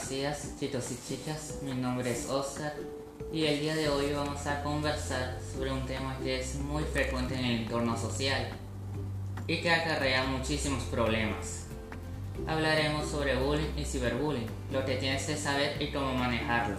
Buenos días, chicos y chicas, mi nombre es Oscar y el día de hoy vamos a conversar sobre un tema que es muy frecuente en el entorno social y que acarrea muchísimos problemas. Hablaremos sobre bullying y ciberbullying, lo que tienes que saber y cómo manejarlo.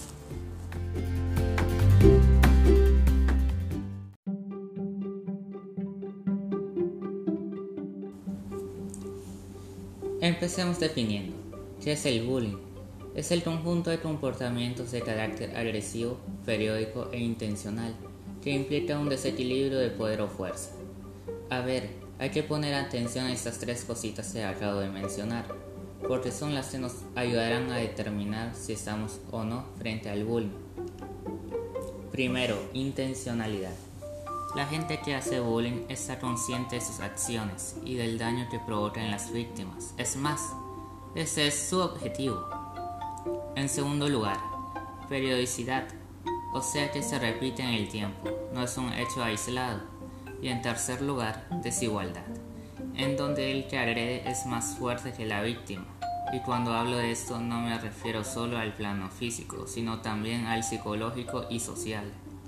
Empecemos definiendo. ¿Qué es el bullying? Es el conjunto de comportamientos de carácter agresivo, periódico e intencional que implica un desequilibrio de poder o fuerza. A ver, hay que poner atención a estas tres cositas que acabo de mencionar, porque son las que nos ayudarán a determinar si estamos o no frente al bullying. Primero, intencionalidad. La gente que hace bullying está consciente de sus acciones y del daño que provoca en las víctimas. Es más, ese es su objetivo. En segundo lugar, periodicidad, o sea que se repite en el tiempo, no es un hecho aislado. Y en tercer lugar, desigualdad, en donde el que agrede es más fuerte que la víctima. Y cuando hablo de esto no me refiero solo al plano físico, sino también al psicológico y social.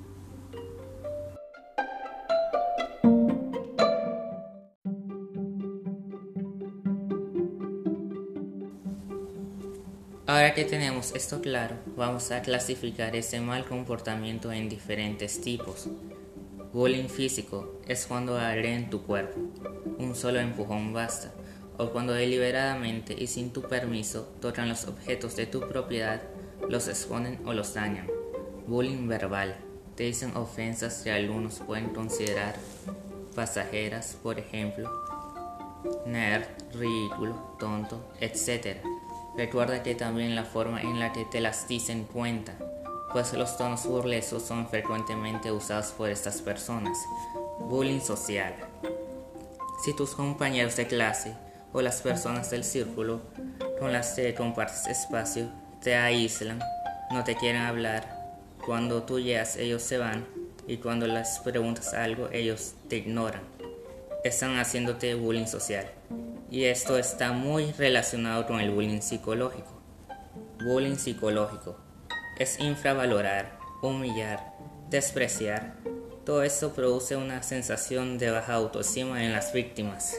Ahora que tenemos esto claro, vamos a clasificar este mal comportamiento en diferentes tipos. Bullying físico es cuando agreden tu cuerpo, un solo empujón basta, o cuando deliberadamente y sin tu permiso tocan los objetos de tu propiedad, los exponen o los dañan. Bullying verbal, te dicen ofensas que algunos pueden considerar pasajeras, por ejemplo, nerd, ridículo, tonto, etc. Recuerda que también la forma en la que te las dicen cuenta, pues los tonos burlescos son frecuentemente usados por estas personas. Bullying social. Si tus compañeros de clase o las personas del círculo con las que compartes espacio te aíslan, no te quieren hablar, cuando tú llegas ellos se van y cuando les preguntas algo ellos te ignoran, están haciéndote bullying social. Y esto está muy relacionado con el bullying psicológico. Bullying psicológico es infravalorar, humillar, despreciar. Todo esto produce una sensación de baja autoestima en las víctimas.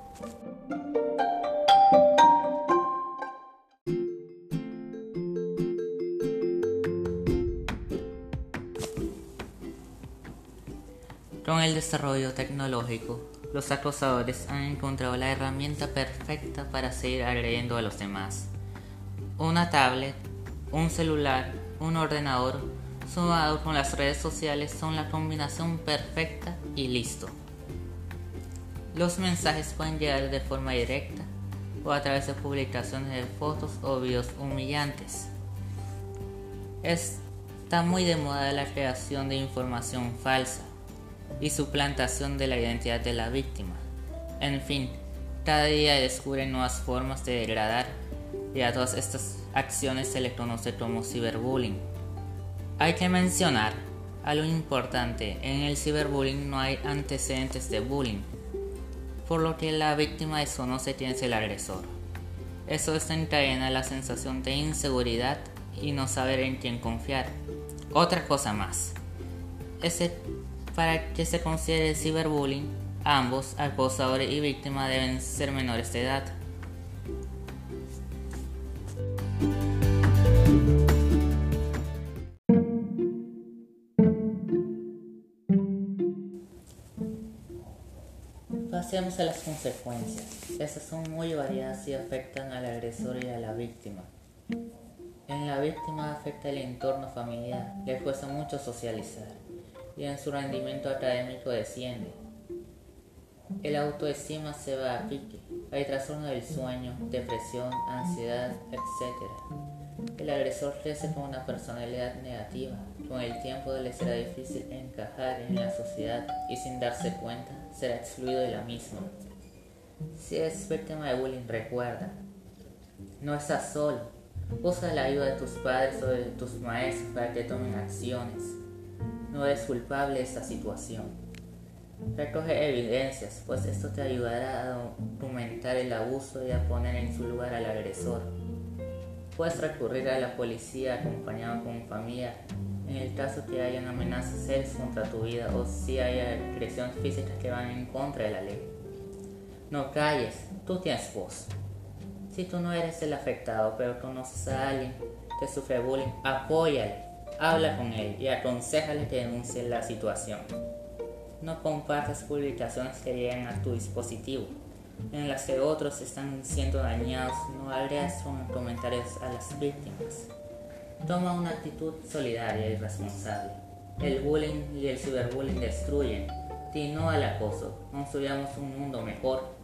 Con el desarrollo tecnológico, los acosadores han encontrado la herramienta perfecta para seguir agrediendo a los demás. Una tablet, un celular, un ordenador, sumado con las redes sociales son la combinación perfecta y listo. Los mensajes pueden llegar de forma directa o a través de publicaciones de fotos o videos humillantes. Está muy de moda la creación de información falsa y suplantación de la identidad de la víctima. En fin, cada día descubren nuevas formas de degradar y a todas estas acciones se le conoce como ciberbullying. Hay que mencionar algo importante: en el ciberbullying no hay antecedentes de bullying, por lo que la víctima desconoce quién es el agresor. Eso desencadena la sensación de inseguridad y no saber en quién confiar. Otra cosa más, para que se considere ciberbullying, ambos, acosadores y víctima, deben ser menores de edad. Pasemos a las consecuencias. Estas son muy variadas y afectan al agresor y a la víctima. En la víctima afecta el entorno familiar, le cuesta mucho socializar y en su rendimiento académico desciende. El autoestima se va a pique, hay trastorno del sueño, depresión, ansiedad, etc. El agresor crece con una personalidad negativa, con el tiempo le será difícil encajar en la sociedad y sin darse cuenta será excluido de la misma. Si es víctima de bullying, recuerda, no estás solo. Busca la ayuda de tus padres o de tus maestros para que tomen acciones. No eres culpable de esta situación. Recoge evidencias, pues esto te ayudará a documentar el abuso y a poner en su lugar al agresor. Puedes recurrir a la policía acompañado con un familiar en el caso que hayan amenazas serias contra tu vida o si haya agresiones físicas que van en contra de la ley. No calles, tú tienes voz. Si tú no eres el afectado pero conoces a alguien que sufre bullying, apóyale, habla con él y aconséjale que denuncie la situación. No compartas publicaciones que lleguen a tu dispositivo en las que otros están siendo dañados. No agregas con comentarios a las víctimas. Toma una actitud solidaria y responsable. El bullying y el ciberbullying destruyen, y no al acoso. Construyamos un mundo mejor